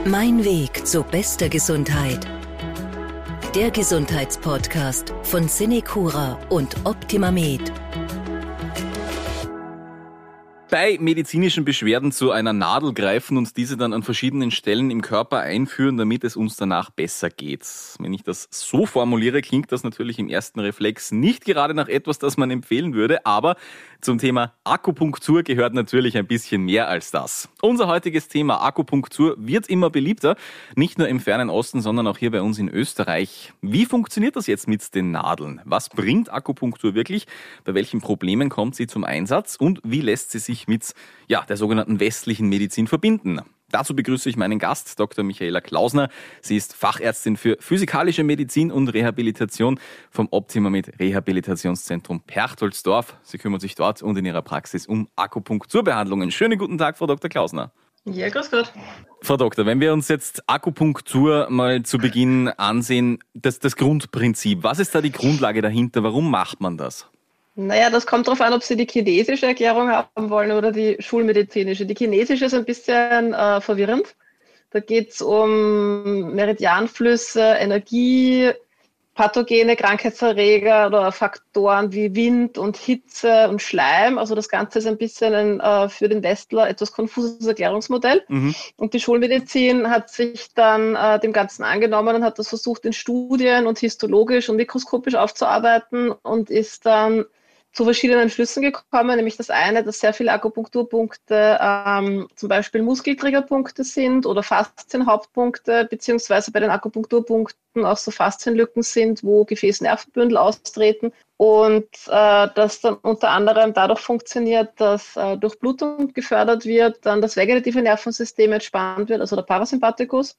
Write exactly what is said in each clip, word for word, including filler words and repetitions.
Mein Weg zu bester Gesundheit. Der Gesundheitspodcast von Cinecura und OptimaMed. Bei medizinischen Beschwerden zu einer Nadel greifen und diese dann an verschiedenen Stellen im Körper einführen, damit es uns danach besser geht. Wenn ich das so formuliere, klingt das natürlich im ersten Reflex nicht gerade nach etwas, das man empfehlen würde, aber zum Thema Akupunktur gehört natürlich ein bisschen mehr als das. Unser heutiges Thema Akupunktur wird immer beliebter, nicht nur im fernen Osten, sondern auch hier bei uns in Österreich. Wie funktioniert das jetzt mit den Nadeln? Was bringt Akupunktur wirklich? Bei welchen Problemen kommt sie zum Einsatz? Und wie lässt sie sich mit ja, der sogenannten westlichen Medizin verbinden? Dazu begrüße ich meinen Gast, Doktor Michaela Klausner. Sie ist Fachärztin für physikalische Medizin und Rehabilitation vom OptimaMed Rehabilitationszentrum Perchtoldsdorf. Sie kümmert sich dort und in ihrer Praxis um Akupunkturbehandlungen. Schönen guten Tag, Frau Doktor Klausner. Ja, grüß Gott. Frau Doktor, wenn wir uns jetzt Akupunktur mal zu Beginn ansehen, das, das Grundprinzip, was ist da die Grundlage dahinter? Warum macht man das? Naja, das kommt darauf an, ob Sie die chinesische Erklärung haben wollen oder die schulmedizinische. Die chinesische ist ein bisschen äh, verwirrend. Da geht es um Meridianflüsse, Energie, pathogene Krankheitserreger oder Faktoren wie Wind und Hitze und Schleim. Also das Ganze ist ein bisschen ein äh, für den Westler etwas konfuses Erklärungsmodell. Mhm. Und die Schulmedizin hat sich dann äh, dem Ganzen angenommen und hat das versucht in Studien und histologisch und mikroskopisch aufzuarbeiten und ist dann zu verschiedenen Schlüssen gekommen, nämlich das eine, dass sehr viele Akupunkturpunkte ähm, zum Beispiel Muskeltriggerpunkte sind oder Faszienhauptpunkte, beziehungsweise bei den Akupunkturpunkten auch so Faszienlücken sind, wo Gefäßnervenbündel austreten und äh, das dann unter anderem dadurch funktioniert, dass äh, Durchblutung gefördert wird, dann das vegetative Nervensystem entspannt wird, also der Parasympathikus.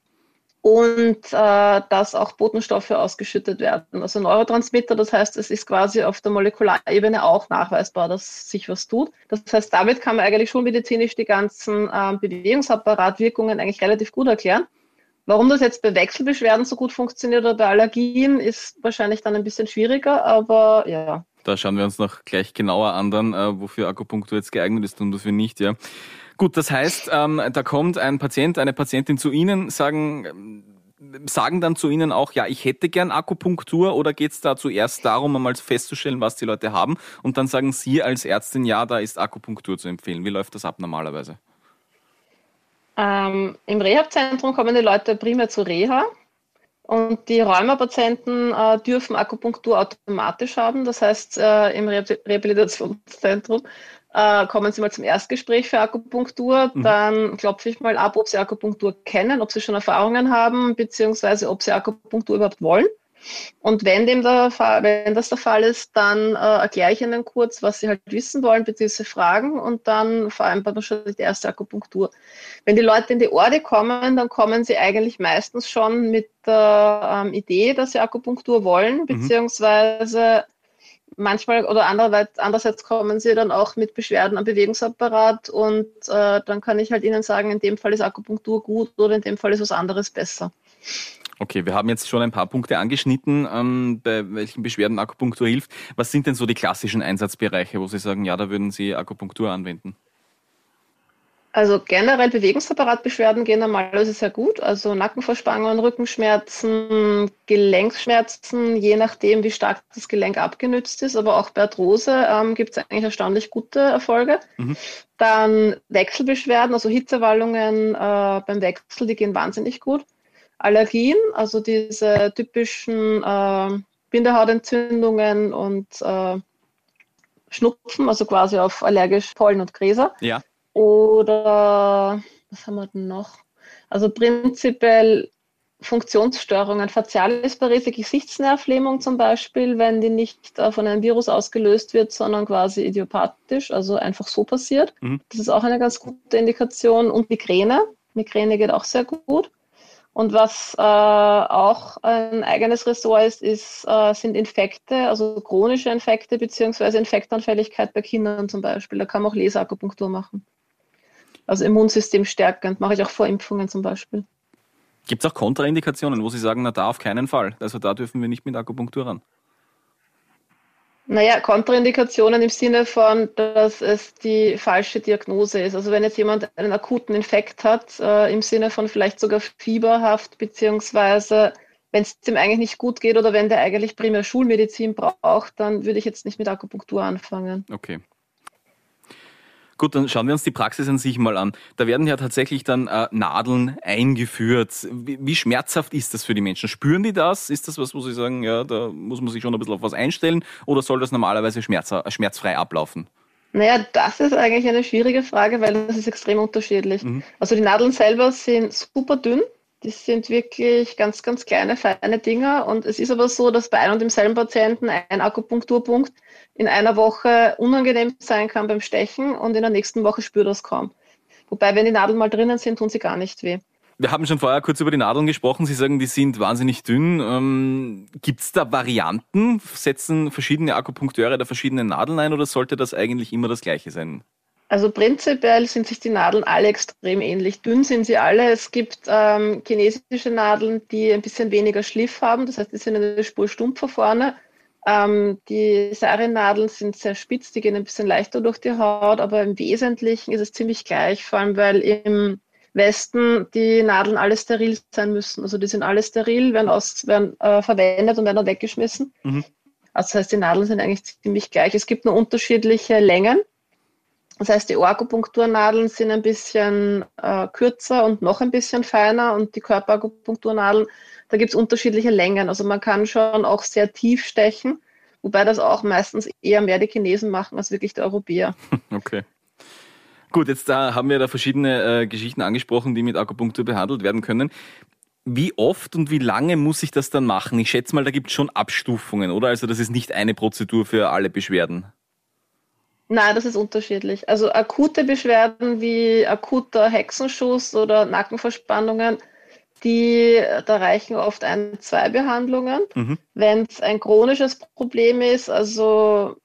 Und äh, dass auch Botenstoffe ausgeschüttet werden, also Neurotransmitter. Das heißt, es ist quasi auf der Molekularebene auch nachweisbar, dass sich was tut. Das heißt, damit kann man eigentlich schulmedizinisch die ganzen äh, Bewegungsapparatwirkungen eigentlich relativ gut erklären. Warum das jetzt bei Wechselbeschwerden so gut funktioniert oder bei Allergien, ist wahrscheinlich dann ein bisschen schwieriger, aber ja. Da schauen wir uns noch gleich genauer an, dann, äh, wofür Akupunktur jetzt geeignet ist und wofür nicht, ja. Gut, das heißt, ähm, da kommt ein Patient, eine Patientin zu Ihnen, sagen, sagen dann zu Ihnen auch, ja, ich hätte gern Akupunktur, oder geht es da zuerst darum, einmal festzustellen, was die Leute haben, und dann sagen Sie als Ärztin, ja, da ist Akupunktur zu empfehlen. Wie läuft das ab normalerweise? Ähm, Im Rehab-Zentrum kommen die Leute primär zur Reha. Und die Rheumapatienten äh, dürfen Akupunktur automatisch haben. Das heißt, äh, im Re- Rehabilitationszentrum äh, kommen sie mal zum Erstgespräch für Akupunktur. Mhm. Dann klopfe ich mal ab, ob sie Akupunktur kennen, ob sie schon Erfahrungen haben, beziehungsweise ob sie Akupunktur überhaupt wollen. Und wenn dem der Fall, wenn das der Fall ist, dann äh, erkläre ich Ihnen kurz, was Sie halt wissen wollen, beziehungsweise fragen, und dann vereinbaren wir schon die erste Akupunktur. Wenn die Leute in die Orde kommen, dann kommen sie eigentlich meistens schon mit der ähm, Idee, dass sie Akupunktur wollen, beziehungsweise manchmal oder andererseits, andererseits kommen sie dann auch mit Beschwerden am Bewegungsapparat, und äh, dann kann ich halt Ihnen sagen, in dem Fall ist Akupunktur gut oder in dem Fall ist was anderes besser. Okay, wir haben jetzt schon ein paar Punkte angeschnitten, ähm, bei welchen Beschwerden Akupunktur hilft. Was sind denn so die klassischen Einsatzbereiche, wo Sie sagen, ja, da würden Sie Akupunktur anwenden? Also generell Bewegungsapparatbeschwerden gehen normalerweise sehr gut. Also Nackenverspannungen, Rückenschmerzen, Gelenkschmerzen, je nachdem, wie stark das Gelenk abgenützt ist. Aber auch bei Arthrose ähm, gibt es eigentlich erstaunlich gute Erfolge. Mhm. Dann Wechselbeschwerden, also Hitzewallungen äh, beim Wechsel, die gehen wahnsinnig gut. Allergien, also diese typischen äh, Bindehautentzündungen und äh, Schnupfen, also quasi auf allergisch Pollen und Gräser. Ja. Oder was haben wir denn noch? Also prinzipiell Funktionsstörungen, Facialisparese, Gesichtsnervlähmung zum Beispiel, wenn die nicht äh, von einem Virus ausgelöst wird, sondern quasi idiopathisch, also einfach so passiert. Mhm. Das ist auch eine ganz gute Indikation. Und Migräne. Migräne geht auch sehr gut. Und was äh, auch ein eigenes Ressort ist, ist äh, sind Infekte, also chronische Infekte beziehungsweise Infektanfälligkeit bei Kindern zum Beispiel. Da kann man auch Laserakupunktur machen. Also Immunsystem stärkend, mache ich auch vor Impfungen zum Beispiel. Gibt es auch Kontraindikationen, wo Sie sagen, na da auf keinen Fall, also da dürfen wir nicht mit Akupunktur ran? Naja, Kontraindikationen im Sinne von, dass es die falsche Diagnose ist. Also wenn jetzt jemand einen akuten Infekt hat, äh, im Sinne von vielleicht sogar fieberhaft, beziehungsweise wenn es dem eigentlich nicht gut geht oder wenn der eigentlich primär Schulmedizin braucht, dann würde ich jetzt nicht mit Akupunktur anfangen. Okay. Gut, dann schauen wir uns die Praxis an sich mal an. Da werden ja tatsächlich dann äh, Nadeln eingeführt. Wie, wie schmerzhaft ist das für die Menschen? Spüren die das? Ist das was, wo sie sagen, ja, da muss man sich schon ein bisschen auf was einstellen? Oder soll das normalerweise schmerz, schmerzfrei ablaufen? Naja, das ist eigentlich eine schwierige Frage, weil das ist extrem unterschiedlich. Mhm. Also die Nadeln selber sind super dünn. Die sind wirklich ganz, ganz kleine, feine Dinger. Und es ist aber so, dass bei einem und demselben Patienten ein Akupunkturpunkt in einer Woche unangenehm sein kann beim Stechen und in der nächsten Woche spürt das kaum. Wobei, wenn die Nadeln mal drinnen sind, tun sie gar nicht weh. Wir haben schon vorher kurz über die Nadeln gesprochen. Sie sagen, die sind wahnsinnig dünn. Ähm, Gibt es da Varianten? Setzen verschiedene Akupunkteure da verschiedene Nadeln ein oder sollte das eigentlich immer das Gleiche sein? Also prinzipiell sind sich die Nadeln alle extrem ähnlich. Dünn sind sie alle. Es gibt ähm, chinesische Nadeln, die ein bisschen weniger Schliff haben. Das heißt, die sind eine Spur stumpfer vorne. Ähm, die Sarin-Nadeln sind sehr spitz, die gehen ein bisschen leichter durch die Haut. Aber im Wesentlichen ist es ziemlich gleich, vor allem weil im Westen die Nadeln alle steril sein müssen. Also die sind alle steril, werden, aus, werden äh, verwendet und werden dann weggeschmissen. Mhm. Also das heißt, die Nadeln sind eigentlich ziemlich gleich. Es gibt nur unterschiedliche Längen. Das heißt, die Ohrakupunkturnadeln sind ein bisschen äh, kürzer und noch ein bisschen feiner und die Körperakupunkturnadeln, da gibt es unterschiedliche Längen. Also man kann schon auch sehr tief stechen, wobei das auch meistens eher mehr die Chinesen machen als wirklich die Europäer. Okay. Gut, jetzt da haben wir da verschiedene äh, Geschichten angesprochen, die mit Akupunktur behandelt werden können. Wie oft und wie lange muss ich das dann machen? Ich schätze mal, da gibt es schon Abstufungen, oder? Also das ist nicht eine Prozedur für alle Beschwerden. Nein, das ist unterschiedlich. Also akute Beschwerden wie akuter Hexenschuss oder Nackenverspannungen, die, da reichen oft ein, zwei Behandlungen. Mhm. Wenn es ein chronisches Problem ist, also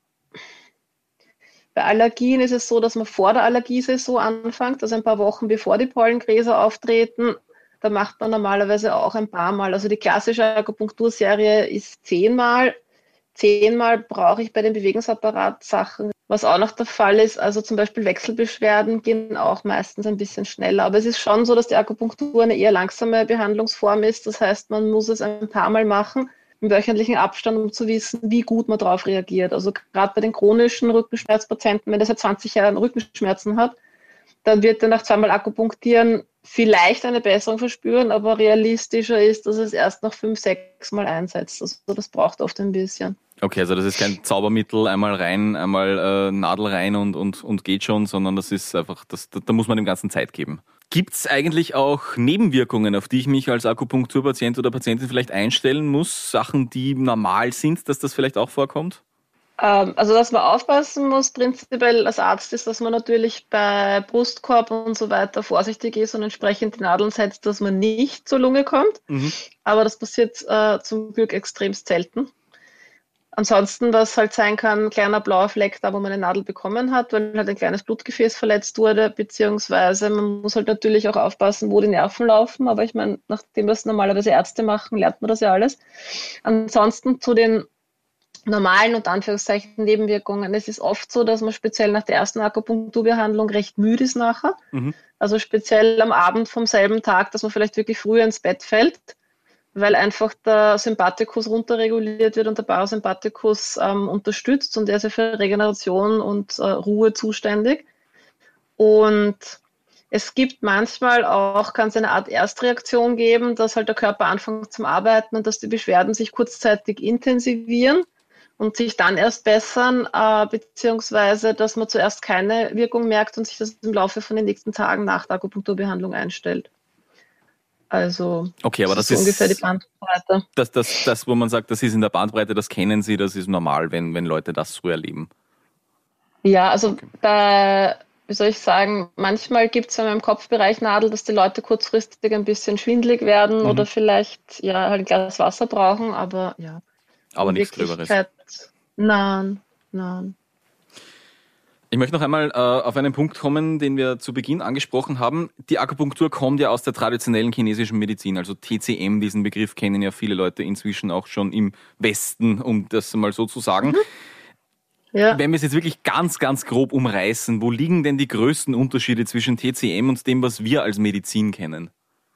bei Allergien ist es so, dass man vor der Allergiesaison anfängt, also ein paar Wochen bevor die Pollengräser auftreten. Da macht man normalerweise auch ein paar Mal. Also die klassische Akupunkturserie ist zehnmal. Zehnmal brauche ich bei den Bewegungsapparat-Sachen. Was auch noch der Fall ist, also zum Beispiel Wechselbeschwerden gehen auch meistens ein bisschen schneller. Aber es ist schon so, dass die Akupunktur eine eher langsame Behandlungsform ist. Das heißt, man muss es ein paar Mal machen, im wöchentlichen Abstand, um zu wissen, wie gut man darauf reagiert. Also gerade bei den chronischen Rückenschmerzpatienten, wenn der seit zwanzig Jahren Rückenschmerzen hat, dann wird er nach zweimal Akupunktieren vielleicht eine Besserung verspüren, aber realistischer ist, dass es erst nach fünf, sechs Mal einsetzt. Also das braucht oft ein bisschen. Okay, also das ist kein Zaubermittel, einmal rein, einmal äh, Nadel rein und, und, und geht schon, sondern das ist einfach, das, da muss man dem Ganzen Zeit geben. Gibt es eigentlich auch Nebenwirkungen, auf die ich mich als Akupunkturpatient oder Patientin vielleicht einstellen muss? Sachen, die normal sind, dass das vielleicht auch vorkommt? Also, dass man aufpassen muss, prinzipiell als Arzt, ist, dass man natürlich bei Brustkorb und so weiter vorsichtig ist und entsprechend die Nadeln setzt, dass man nicht zur Lunge kommt. Mhm. Aber das passiert äh, zum Glück extremst selten. Ansonsten, was halt sein kann, ein kleiner blauer Fleck da, wo man eine Nadel bekommen hat, weil halt ein kleines Blutgefäß verletzt wurde, beziehungsweise man muss halt natürlich auch aufpassen, wo die Nerven laufen. Aber ich meine, nachdem das normalerweise Ärzte machen, lernt man das ja alles. Ansonsten zu den normalen und Anführungszeichen Nebenwirkungen. Es ist oft so, dass man speziell nach der ersten Akupunkturbehandlung recht müde ist nachher. Mhm. Also speziell am Abend vom selben Tag, dass man vielleicht wirklich früher ins Bett fällt, weil einfach der Sympathikus runterreguliert wird und der Parasympathikus ähm, unterstützt und der ist ja für Regeneration und äh, Ruhe zuständig. Und es gibt manchmal auch, kann es eine Art Erstreaktion geben, dass halt der Körper anfängt zum Arbeiten und dass die Beschwerden sich kurzzeitig intensivieren und sich dann erst bessern, äh, beziehungsweise dass man zuerst keine Wirkung merkt und sich das im Laufe von den nächsten Tagen nach der Akupunkturbehandlung einstellt. Also okay, aber das, das ist ungefähr die Bandbreite. Das, das, das, wo man sagt, das ist in der Bandbreite, das kennen Sie, das ist normal, wenn, wenn Leute das so erleben. Ja, also okay. bei, wie soll ich sagen, manchmal gibt es ja im Kopfbereich Nadel, dass die Leute kurzfristig ein bisschen schwindelig werden mhm. oder vielleicht ja halt ein Glas Wasser brauchen, aber ja. Aber nichts Gröberes. Nein, nein. Ich möchte noch einmal äh, auf einen Punkt kommen, den wir zu Beginn angesprochen haben. Die Akupunktur kommt ja aus der traditionellen chinesischen Medizin, also T C M, diesen Begriff kennen ja viele Leute inzwischen auch schon im Westen, um das mal so zu sagen. Mhm. Ja. Wenn wir es jetzt wirklich ganz, ganz grob umreißen, wo liegen denn die größten Unterschiede zwischen T C M und dem, was wir als Medizin kennen?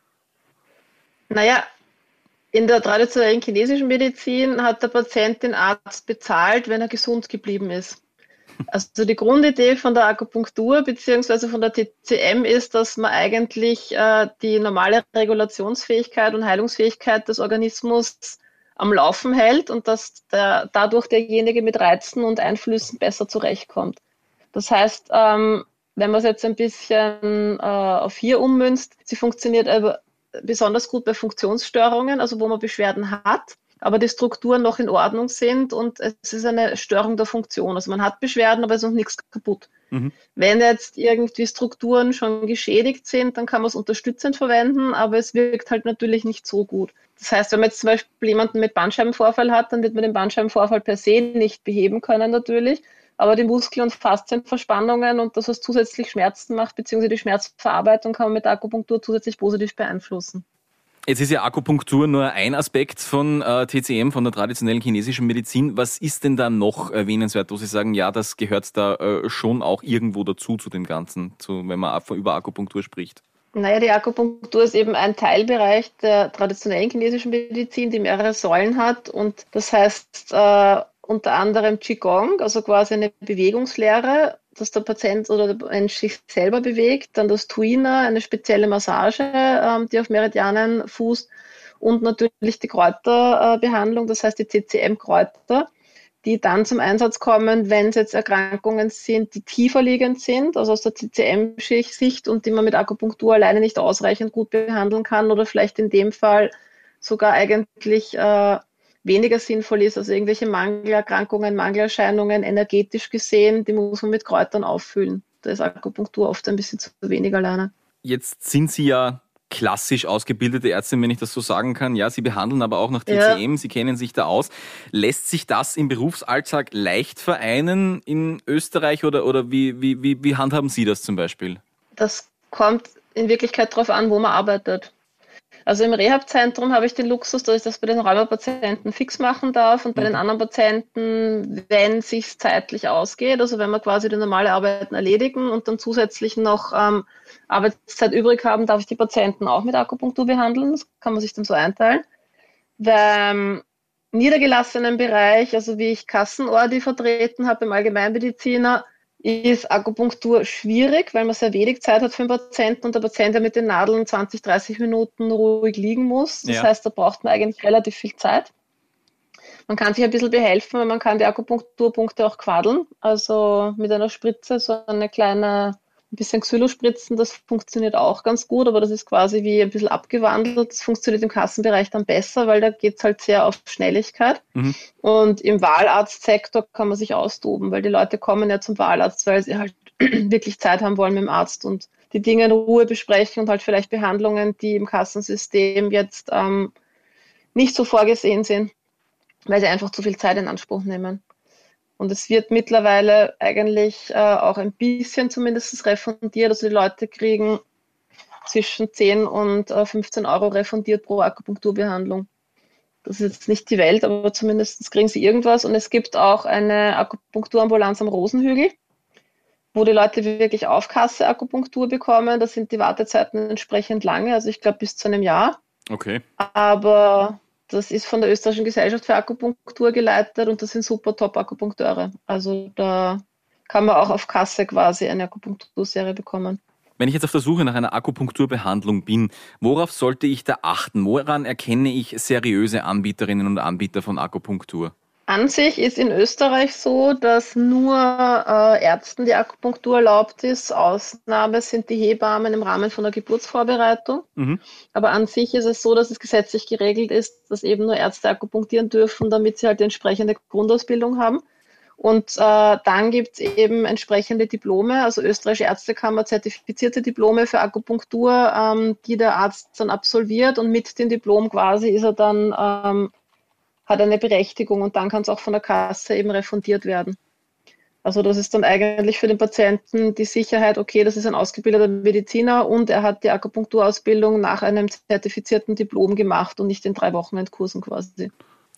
Naja, in der traditionellen chinesischen Medizin hat der Patient den Arzt bezahlt, wenn er gesund geblieben ist. Also die Grundidee von der Akupunktur bzw. von der T C M ist, dass man eigentlich äh, die normale Regulationsfähigkeit und Heilungsfähigkeit des Organismus am Laufen hält und dass der, dadurch derjenige mit Reizen und Einflüssen besser zurechtkommt. Das heißt, ähm, wenn man es jetzt ein bisschen äh, auf hier ummünzt, sie funktioniert aber besonders gut bei Funktionsstörungen, also wo man Beschwerden hat, aber die Strukturen noch in Ordnung sind und es ist eine Störung der Funktion. Also man hat Beschwerden, aber es ist noch nichts kaputt. Mhm. Wenn jetzt irgendwie Strukturen schon geschädigt sind, dann kann man es unterstützend verwenden, aber es wirkt halt natürlich nicht so gut. Das heißt, wenn man jetzt zum Beispiel jemanden mit Bandscheibenvorfall hat, dann wird man den Bandscheibenvorfall per se nicht beheben können natürlich, aber die Muskel- und Faszienverspannungen und das, was zusätzlich Schmerzen macht, beziehungsweise die Schmerzverarbeitung, kann man mit der Akupunktur zusätzlich positiv beeinflussen. Jetzt ist ja Akupunktur nur ein Aspekt von äh, T C M, von der traditionellen chinesischen Medizin. Was ist denn da noch erwähnenswert, wo Sie sagen, ja, das gehört da äh, schon auch irgendwo dazu zu dem Ganzen, zu, wenn man über Akupunktur spricht? Naja, die Akupunktur ist eben ein Teilbereich der traditionellen chinesischen Medizin, die mehrere Säulen hat und das heißt äh, unter anderem Qigong, also quasi eine Bewegungslehre, dass der Patient oder der Mensch sich selber bewegt, dann das Tuina, eine spezielle Massage, ähm, die auf Meridianen fußt und natürlich die Kräuterbehandlung, das heißt die T C M-Kräuter, die dann zum Einsatz kommen, wenn es jetzt Erkrankungen sind, die tiefer liegend sind, also aus der T C M-Sicht und die man mit Akupunktur alleine nicht ausreichend gut behandeln kann oder vielleicht in dem Fall sogar eigentlich äh, weniger sinnvoll ist, also irgendwelche Mangelerkrankungen, Mangelerscheinungen energetisch gesehen, die muss man mit Kräutern auffüllen. Da ist Akupunktur oft ein bisschen zu wenig alleine. Jetzt sind Sie ja klassisch ausgebildete Ärztin, wenn ich das so sagen kann. Ja, Sie behandeln aber auch nach T C M, ja. Sie kennen sich da aus. Lässt sich das im Berufsalltag leicht vereinen in Österreich oder, oder wie, wie, wie, wie handhaben Sie das zum Beispiel? Das kommt in Wirklichkeit darauf an, wo man arbeitet. Also im Rehab-Zentrum habe ich den Luxus, dass ich das bei den Rheumapatienten fix machen darf und bei mhm. den anderen Patienten, wenn es sich zeitlich ausgeht, also wenn wir quasi die normale Arbeiten erledigen und dann zusätzlich noch ähm, Arbeitszeit übrig haben, darf ich die Patienten auch mit Akupunktur behandeln. Das kann man sich dann so einteilen. Beim niedergelassenen Bereich, also wie ich Kassenordi vertreten habe, im Allgemeinmediziner, ist Akupunktur schwierig, weil man sehr wenig Zeit hat für den Patienten und der Patient ja mit den Nadeln zwanzig, dreißig Minuten ruhig liegen muss. Das ja. heißt, da braucht man eigentlich relativ viel Zeit. Man kann sich ein bisschen behelfen, weil man kann die Akupunkturpunkte auch quadeln, also mit einer Spritze, so eine kleine, ein bisschen Xylo spritzen, das funktioniert auch ganz gut, aber das ist quasi wie ein bisschen abgewandelt. Das funktioniert im Kassenbereich dann besser, weil da geht es halt sehr auf Schnelligkeit. Mhm. Und im Wahlarztsektor kann man sich austoben, weil die Leute kommen ja zum Wahlarzt, weil sie halt wirklich Zeit haben wollen mit dem Arzt und die Dinge in Ruhe besprechen und halt vielleicht Behandlungen, die im Kassensystem jetzt ähm, nicht so vorgesehen sind, weil sie einfach zu viel Zeit in Anspruch nehmen. Und es wird mittlerweile eigentlich äh, auch ein bisschen zumindest refundiert. Also die Leute kriegen zwischen zehn und fünfzehn Euro refundiert pro Akupunkturbehandlung. Das ist jetzt nicht die Welt, aber zumindest kriegen sie irgendwas. Und es gibt auch eine Akupunkturambulanz am Rosenhügel, wo die Leute wirklich auf Kasse Akupunktur bekommen. Da sind die Wartezeiten entsprechend lange, also ich glaube bis zu einem Jahr. Okay. Aber das ist von der Österreichischen Gesellschaft für Akupunktur geleitet und das sind super Top-Akupunkteure. Also da kann man auch auf Kasse quasi eine Akupunkturserie bekommen. Wenn ich jetzt auf der Suche nach einer Akupunkturbehandlung bin, worauf sollte ich da achten? Woran erkenne ich seriöse Anbieterinnen und Anbieter von Akupunktur? An sich ist in Österreich so, dass nur äh, Ärzten die Akupunktur erlaubt ist. Ausnahme sind die Hebammen im Rahmen von der Geburtsvorbereitung. Mhm. Aber an sich ist es so, dass es gesetzlich geregelt ist, dass eben nur Ärzte akupunktieren dürfen, damit sie halt die entsprechende Grundausbildung haben. Und äh, dann gibt es eben entsprechende Diplome, also Österreichische Ärztekammer zertifizierte Diplome für Akupunktur, ähm, die der Arzt dann absolviert und mit dem Diplom quasi ist er dann ähm, hat eine Berechtigung und dann kann es auch von der Kasse eben refundiert werden. Also das ist dann eigentlich für den Patienten die Sicherheit, okay, das ist ein ausgebildeter Mediziner und er hat die Akupunkturausbildung nach einem zertifizierten Diplom gemacht und nicht in drei Wochenendkursen quasi.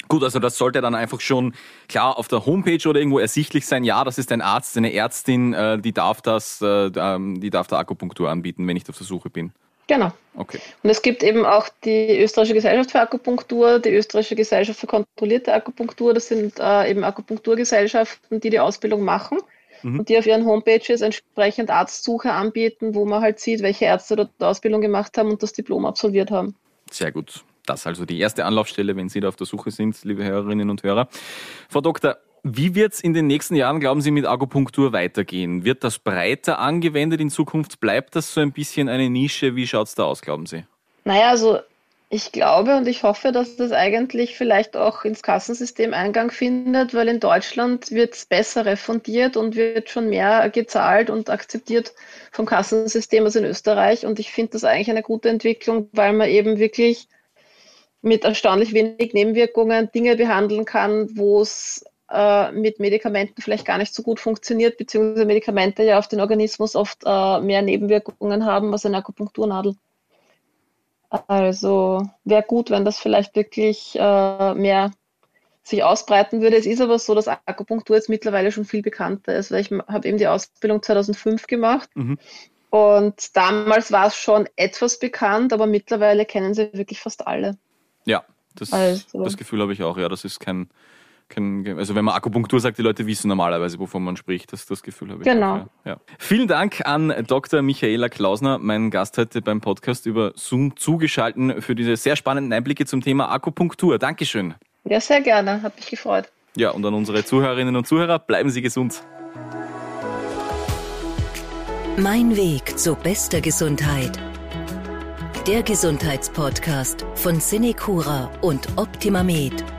Gut, also das sollte dann einfach schon klar auf der Homepage oder irgendwo ersichtlich sein. Ja, das ist ein Arzt, eine Ärztin, äh, die darf das, äh, die darf da Akupunktur anbieten, wenn ich auf der Suche bin. Genau. Okay. Und es gibt eben auch die Österreichische Gesellschaft für Akupunktur, die Österreichische Gesellschaft für kontrollierte Akupunktur. Das sind äh, eben Akupunkturgesellschaften, die die Ausbildung machen mhm. und die auf ihren Homepages entsprechend Arztsuche anbieten, wo man halt sieht, welche Ärzte dort die Ausbildung gemacht haben und das Diplom absolviert haben. Sehr gut. Das ist also die erste Anlaufstelle, wenn Sie da auf der Suche sind, liebe Hörerinnen und Hörer. Frau Doktor, wie wird es in den nächsten Jahren, glauben Sie, mit Akupunktur weitergehen? Wird das breiter angewendet in Zukunft? Bleibt das so ein bisschen eine Nische? Wie schaut es da aus, glauben Sie? Naja, also ich glaube und ich hoffe, dass das eigentlich vielleicht auch ins Kassensystem Eingang findet, weil in Deutschland wird es besser refundiert und wird schon mehr gezahlt und akzeptiert vom Kassensystem als in Österreich. Und ich finde das eigentlich eine gute Entwicklung, weil man eben wirklich mit erstaunlich wenig Nebenwirkungen Dinge behandeln kann, wo es äh, mit Medikamenten vielleicht gar nicht so gut funktioniert, beziehungsweise Medikamente ja auf den Organismus oft äh, mehr Nebenwirkungen haben als eine Akupunkturnadel. Also wäre gut, wenn das vielleicht wirklich äh, mehr sich ausbreiten würde. Es ist aber so, dass Akupunktur jetzt mittlerweile schon viel bekannter ist, weil ich habe eben die Ausbildung zweitausendfünf gemacht. Mhm. Und damals war es schon etwas bekannt, aber mittlerweile kennen sie wirklich fast alle. Ja, das, also. das Gefühl habe ich auch. Ja, das ist kein, kein, also wenn man Akupunktur sagt, die Leute wissen normalerweise, wovon man spricht. Das, das Gefühl habe ich genau. auch. Ja. Ja. Vielen Dank an Doktor Michaela Klausner, mein Gast heute beim Podcast über Zoom zugeschaltet, für diese sehr spannenden Einblicke zum Thema Akupunktur. Dankeschön. Ja, sehr gerne. Hat mich gefreut. Ja, und an unsere Zuhörerinnen und Zuhörer, bleiben Sie gesund. Mein Weg zu bester Gesundheit. Der Gesundheitspodcast von SeneCura und OptimaMed.